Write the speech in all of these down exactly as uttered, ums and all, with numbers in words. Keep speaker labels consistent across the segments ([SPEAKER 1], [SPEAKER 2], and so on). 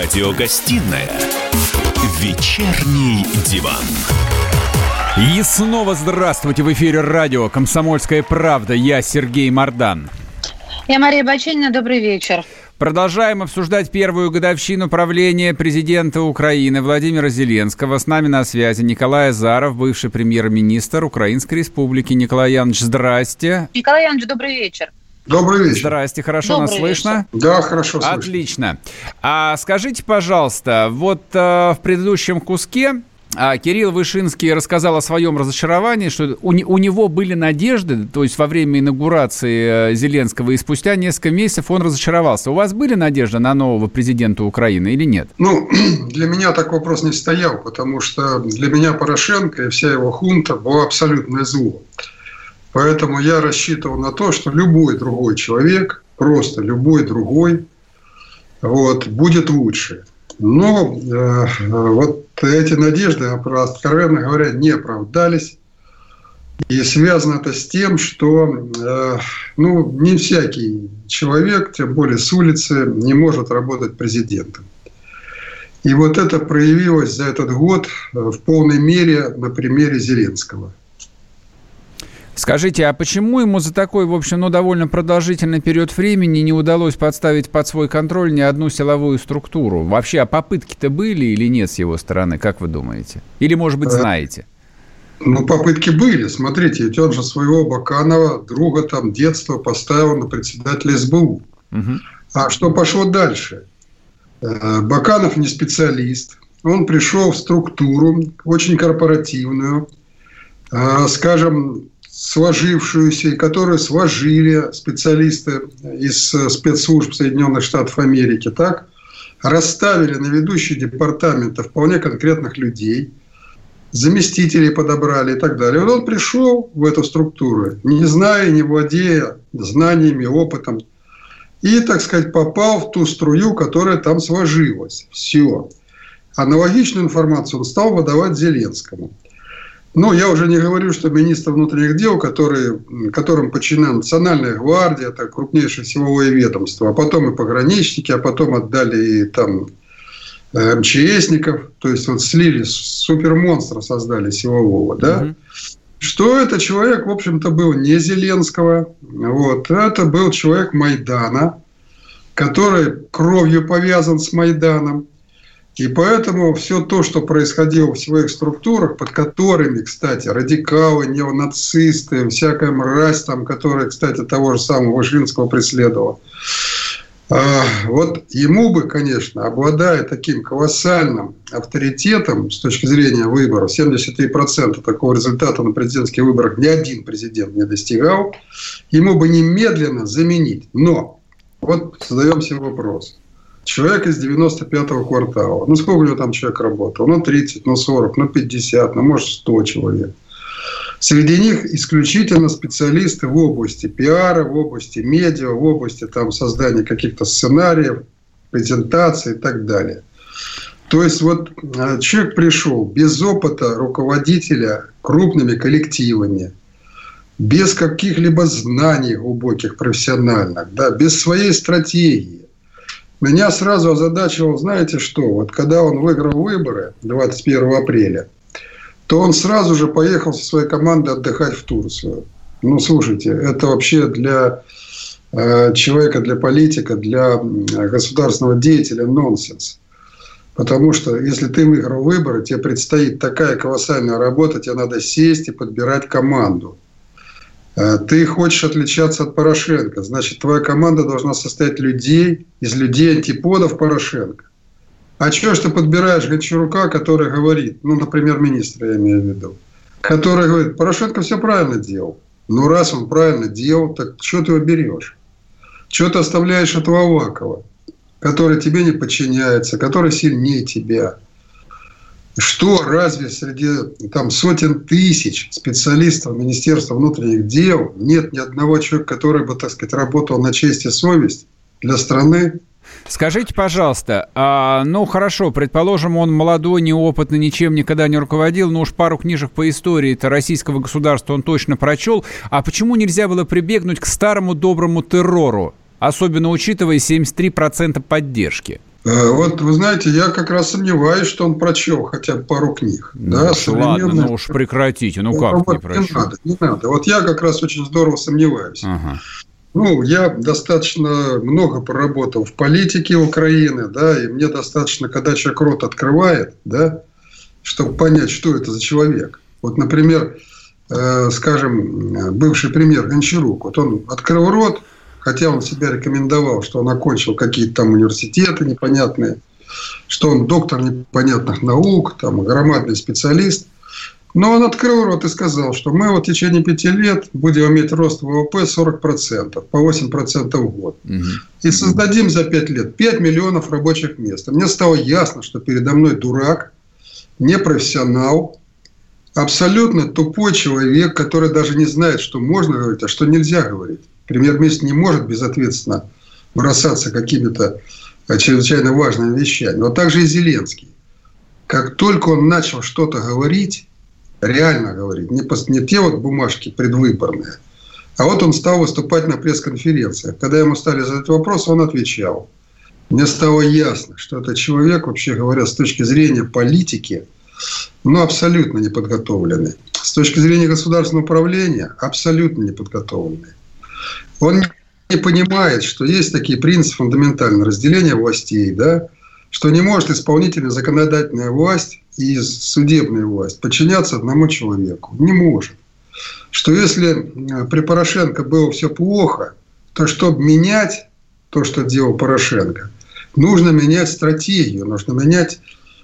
[SPEAKER 1] Радиогостинная «Вечерний диван».
[SPEAKER 2] И снова здравствуйте, в эфире радио «Комсомольская правда». Я Сергей Мордан.
[SPEAKER 3] Я Мария Баченина. Добрый вечер.
[SPEAKER 2] Продолжаем обсуждать первую годовщину правления президента Украины Владимира Зеленского. С нами на связи Николай Азаров, бывший премьер-министр Украинской Республики. Николай Янович, здрасте.
[SPEAKER 3] Николай Янович, добрый вечер.
[SPEAKER 4] Добрый вечер.
[SPEAKER 2] Здрасте, хорошо добрый нас слышно?
[SPEAKER 4] Вечер. Да, хорошо слышно.
[SPEAKER 2] Отлично. А скажите, пожалуйста, вот а, в предыдущем куске а, Кирилл Вышинский рассказал о своем разочаровании, что у, у него были надежды, то есть во время инаугурации Зеленского, и спустя несколько месяцев он разочаровался. У вас были надежды на нового президента Украины или нет?
[SPEAKER 4] Ну, для меня такой вопрос не стоял, потому что для меня Порошенко и вся его хунта была абсолютное зло. Поэтому я рассчитывал на то, что любой другой человек, просто любой другой, вот, будет лучше. Но э, вот эти надежды, откровенно говоря, не оправдались. И связано это с тем, что э, ну, не всякий человек, тем более с улицы, не может работать президентом. И вот это проявилось за этот год в полной мере на примере Зеленского.
[SPEAKER 2] Скажите, а почему ему за такой, в общем, ну, довольно продолжительный период времени не удалось подставить под свой контроль ни одну силовую структуру? Вообще, а попытки-то были или нет с его стороны, как вы думаете? Или, может быть, знаете?
[SPEAKER 4] Ну, попытки были. Смотрите, ведь он же своего Баканова, друга там детства, поставил на председателя эс бэ у. Угу. А что пошло дальше? Баканов не специалист. Он пришел в структуру очень корпоративную, скажем, сложившуюся, и которую сложили специалисты из спецслужб Соединенных Штатов Америки, так, расставили на ведущие департаменты вполне конкретных людей, заместителей подобрали и так далее. Вот он пришел в эту структуру, не зная, не владея знаниями, опытом, и, так сказать, попал в ту струю, которая там сложилась. Все. Аналогичную информацию он стал выдавать Зеленскому. Ну, я уже не говорю, что министр внутренних дел, который, которым подчинена Национальная гвардия, это крупнейшее силовое ведомство, а потом и пограничники, а потом отдали и там эм че эсников, то есть вот слили, супермонстра создали силового, да, mm-hmm. что этот человек, в общем-то, был не Зеленского, вот, это был человек Майдана, который кровью повязан с Майданом. И поэтому все то, что происходило в своих структурах, под которыми, кстати, радикалы, неонацисты, всякая мразь, там, которая, кстати, того же самого Вышинского преследовала, вот ему бы, конечно, обладая таким колоссальным авторитетом с точки зрения выборов, семьдесят три процента такого результата на президентских выборах ни один президент не достигал, ему бы немедленно заменить. Но вот задаем себе вопрос. Человек из девяносто пятого квартала. Ну, сколько у него там человек работал? Ну, тридцать, ну, сорок, ну, пятьдесят, ну, может, сто человек. Среди них исключительно специалисты в области пиара, в области медиа, в области там, создания каких-то сценариев, презентаций и так далее. То есть, вот человек пришел без опыта руководителя крупными коллективами, без каких-либо знаний глубоких, профессиональных, да, без своей стратегии. Меня сразу озадачивало, знаете что, вот когда он выиграл выборы двадцать первого апреля, то он сразу же поехал со своей командой отдыхать в Турцию. Ну, слушайте, это вообще для э, человека, для политика, для государственного деятеля нонсенс. Потому что если ты выиграл выборы, тебе предстоит такая колоссальная работа, тебе надо сесть и подбирать команду. Ты хочешь отличаться от Порошенко, значит, твоя команда должна состоять людей, из людей антиподов Порошенко. А чего ж ты подбираешь Гончарука, который говорит, ну, например, министра я имею в виду, который говорит, Порошенко все правильно делал. Ну, раз он правильно делал, так что ты его берешь? Чего ты оставляешь этого Авакова, который тебе не подчиняется, который сильнее тебя? Что, разве среди там, сотен тысяч специалистов Министерства внутренних дел нет ни одного человека, который бы, так сказать, работал на честь и совесть для страны?
[SPEAKER 2] Скажите, пожалуйста, а, ну хорошо, предположим, он молодой, неопытный, ничем никогда не руководил, но уж пару книжек по истории-то российского государства он точно прочел. А почему нельзя было прибегнуть к старому доброму террору, особенно учитывая семьдесят три процента поддержки?
[SPEAKER 4] Вот, вы знаете, я как раз сомневаюсь, что он прочел хотя бы пару книг.
[SPEAKER 2] Ну,
[SPEAKER 4] да,
[SPEAKER 2] ладно, ну уж прекратите, ну как
[SPEAKER 4] вот,
[SPEAKER 2] не прочел?
[SPEAKER 4] Не надо, не надо. Вот я как раз очень здорово сомневаюсь.
[SPEAKER 2] Ага.
[SPEAKER 4] Ну, я достаточно много проработал в политике Украины, да, и мне достаточно, когда человек рот открывает, да, чтобы понять, что это за человек. Вот, например, э, скажем, бывший премьер Гончарук, вот он открыл рот, хотя он себя рекомендовал, что он окончил какие-то там университеты непонятные, что он доктор непонятных наук, там, громадный специалист. Но он открыл рот и сказал, что мы вот в течение пяти лет будем иметь рост ВВП сорок процентов, по восемь процентов в год. Угу. И создадим за пять лет пять миллионов рабочих мест. И мне стало ясно, что передо мной дурак, непрофессионал, абсолютно тупой человек, который даже не знает, что можно говорить, а что нельзя говорить. Премьер-министр не может безответственно бросаться какими-то чрезвычайно важными вещами. Но также и Зеленский. Как только он начал что-то говорить, реально говорить, не, не те вот бумажки предвыборные, а вот он стал выступать на пресс-конференциях. Когда ему стали задать вопрос, он отвечал. Мне стало ясно, что этот человек, вообще говоря, с точки зрения политики, ну, абсолютно неподготовленный. С точки зрения государственного управления, абсолютно неподготовленный. Он не понимает, что есть такие принципы фундаментального разделения властей, да, что не может исполнительная законодательная власть и судебная власть подчиняться одному человеку. Не может. Что если при Порошенко было все плохо, то чтобы менять то, что делал Порошенко, нужно менять стратегию, нужно менять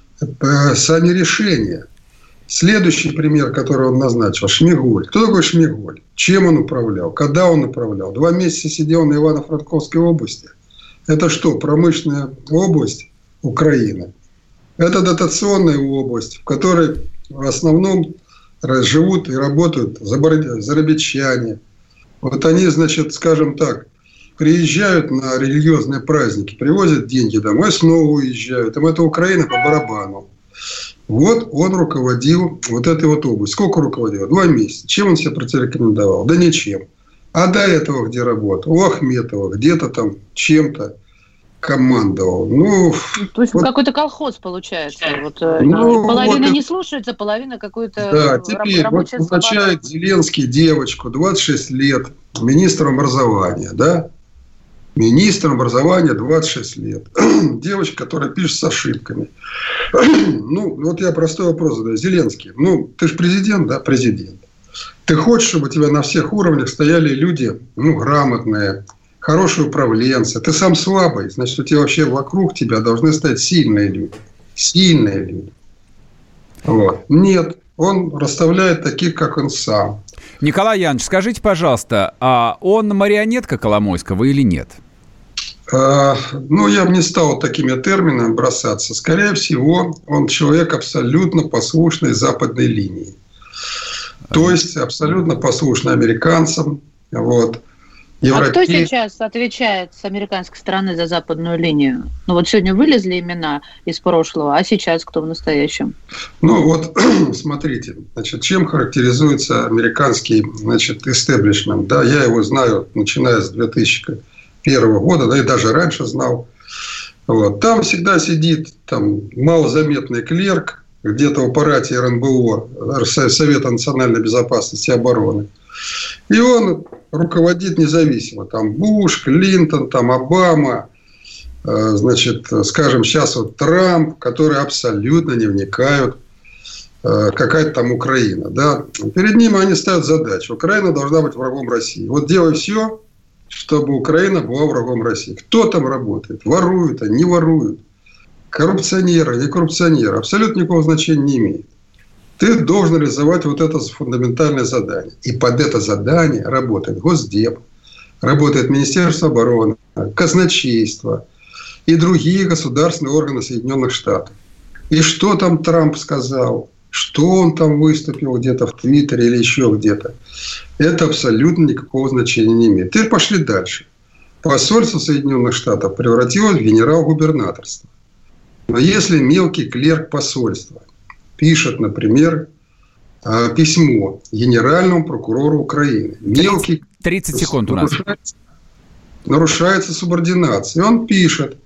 [SPEAKER 4] сами решения. Следующий пример, который он назначил, Шмигаль. Кто такой Шмигаль? Чем он управлял? Когда он управлял? Два месяца сидел на Ивано-Франковской области. Это что, промышленная область Украины? Это дотационная область, в которой в основном живут и работают зарабичане. Вот они, значит, скажем так, приезжают на религиозные праздники, привозят деньги домой, снова уезжают. Им это Украина по барабану. Вот он руководил вот этой вот областью. Сколько руководил? Два месяца. Чем он себя порекомендовал? Да ничем. А до этого где работал? У Ахметова где-то там чем-то командовал. Ну,
[SPEAKER 3] то есть вот, какой-то колхоз получается. Вот, ну, половина вот не слушается, половина какой-то
[SPEAKER 4] да, теперь вот назначает Зеленский девочку, двадцать шесть лет, министром образования, да? Министром образования двадцать шесть лет. Девочка, которая пишет с ошибками. Ну, вот я простой вопрос задаю. Зеленский, ну, ты же президент, да? Президент. Ты хочешь, чтобы у тебя на всех уровнях стояли люди, ну, грамотные, хорошие управленцы. Ты сам слабый, значит, у тебя вообще вокруг тебя должны стоять сильные люди. Сильные люди. Вот. Нет, он расставляет таких, как он сам.
[SPEAKER 2] Николай Янович, скажите, пожалуйста, а он марионетка Коломойского или нет?
[SPEAKER 4] А, ну, я бы не стал такими терминами бросаться. Скорее всего, он человек абсолютно послушный западной линии. То есть, абсолютно послушный американцам. Вот.
[SPEAKER 3] Европей... А кто сейчас отвечает с американской стороны за западную линию? Ну, вот сегодня вылезли имена из прошлого, а сейчас кто в настоящем?
[SPEAKER 4] Ну, вот, смотрите, значит, чем характеризуется американский, значит, истеблишмент? Да, я его знаю, начиная с две тысячи первого года, да, и даже раньше знал. Вот. Там всегда сидит там малозаметный клерк, где-то в аппарате эр эн бэ о, Совета национальной безопасности и обороны. И он руководит независимо. Там Буш, Клинтон, там Обама, э, значит, скажем, сейчас вот Трамп, которые абсолютно не вникают, э, какая-то там Украина. Да? Перед ним они ставят задачу. Украина должна быть врагом России. Вот делай все, чтобы Украина была врагом России. Кто там работает? Воруют, они не воруют. Коррупционеры, не коррупционеры. Абсолютно никакого значения не имеет. Ты должен реализовать вот это фундаментальное задание. И под это задание работает Госдеп, работает Министерство обороны, казначейство и другие государственные органы Соединенных Штатов. И что там Трамп сказал, что он там выступил где-то в Твиттере или еще где-то, это абсолютно никакого значения не имеет. Теперь пошли дальше. Посольство Соединенных Штатов превратилось в генерал-губернаторство. Но если мелкий клерк посольства пишет, например, письмо генеральному прокурору Украины.
[SPEAKER 2] тридцать секунд у нас.
[SPEAKER 4] Нарушается, нарушается субординация. И он пишет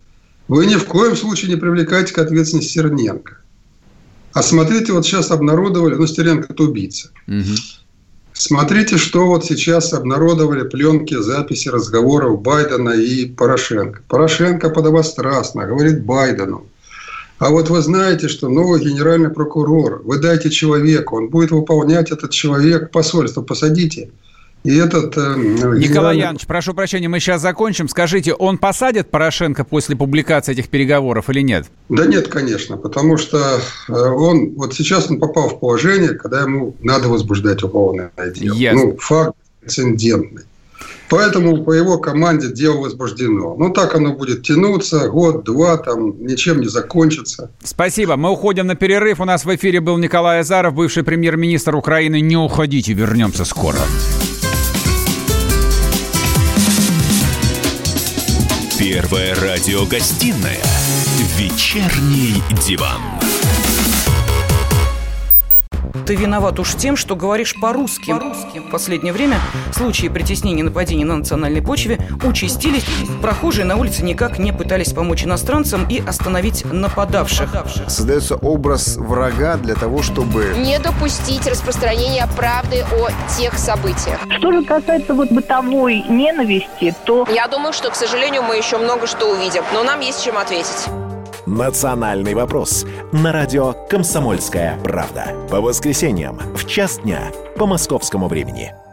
[SPEAKER 4] вы ни в коем случае не привлекаете к ответственности Стерненко. А смотрите, вот сейчас обнародовали, ну, Стерненко – это убийца. Угу. Смотрите, что вот сейчас обнародовали пленки, записи разговоров Байдена и Порошенко. Порошенко подобострастно говорит Байдену: а вот вы знаете, что новый генеральный прокурор, вы дайте человеку, он будет выполнять, этот человек, посольство посадите. И этот... Э,
[SPEAKER 2] Николай
[SPEAKER 4] генеральный...
[SPEAKER 2] Янович, прошу прощения, мы сейчас закончим. Скажите, он посадит Порошенко после публикации этих переговоров или нет?
[SPEAKER 4] Да нет, конечно, потому что он, вот сейчас он попал в положение, когда ему надо возбуждать уголовное дело. Yes. Ну, факт прецедентный. Поэтому по его команде дело возбуждено. Ну, так оно будет тянуться, год-два, там, ничем не закончится.
[SPEAKER 2] Спасибо. Мы уходим на перерыв. У нас в эфире был Николай Азаров, бывший премьер-министр Украины. Не уходите, вернемся скоро.
[SPEAKER 1] Первая радиогостинная «Вечерний диван».
[SPEAKER 5] Ты виноват уж тем, что говоришь по-русски. по-русски. В последнее время случаи притеснения и нападений на национальной почве участились. Прохожие на улице никак не пытались помочь иностранцам и остановить нападавших.
[SPEAKER 6] Создается образ врага для того, чтобы...
[SPEAKER 7] не допустить распространения правды о тех событиях.
[SPEAKER 8] Что же касается вот бытовой ненависти, то...
[SPEAKER 7] Я думаю, что, к сожалению, мы еще много что увидим, но нам есть чем ответить.
[SPEAKER 9] «Национальный вопрос» на радио «Комсомольская правда». По воскресеньям в час дня по московскому времени.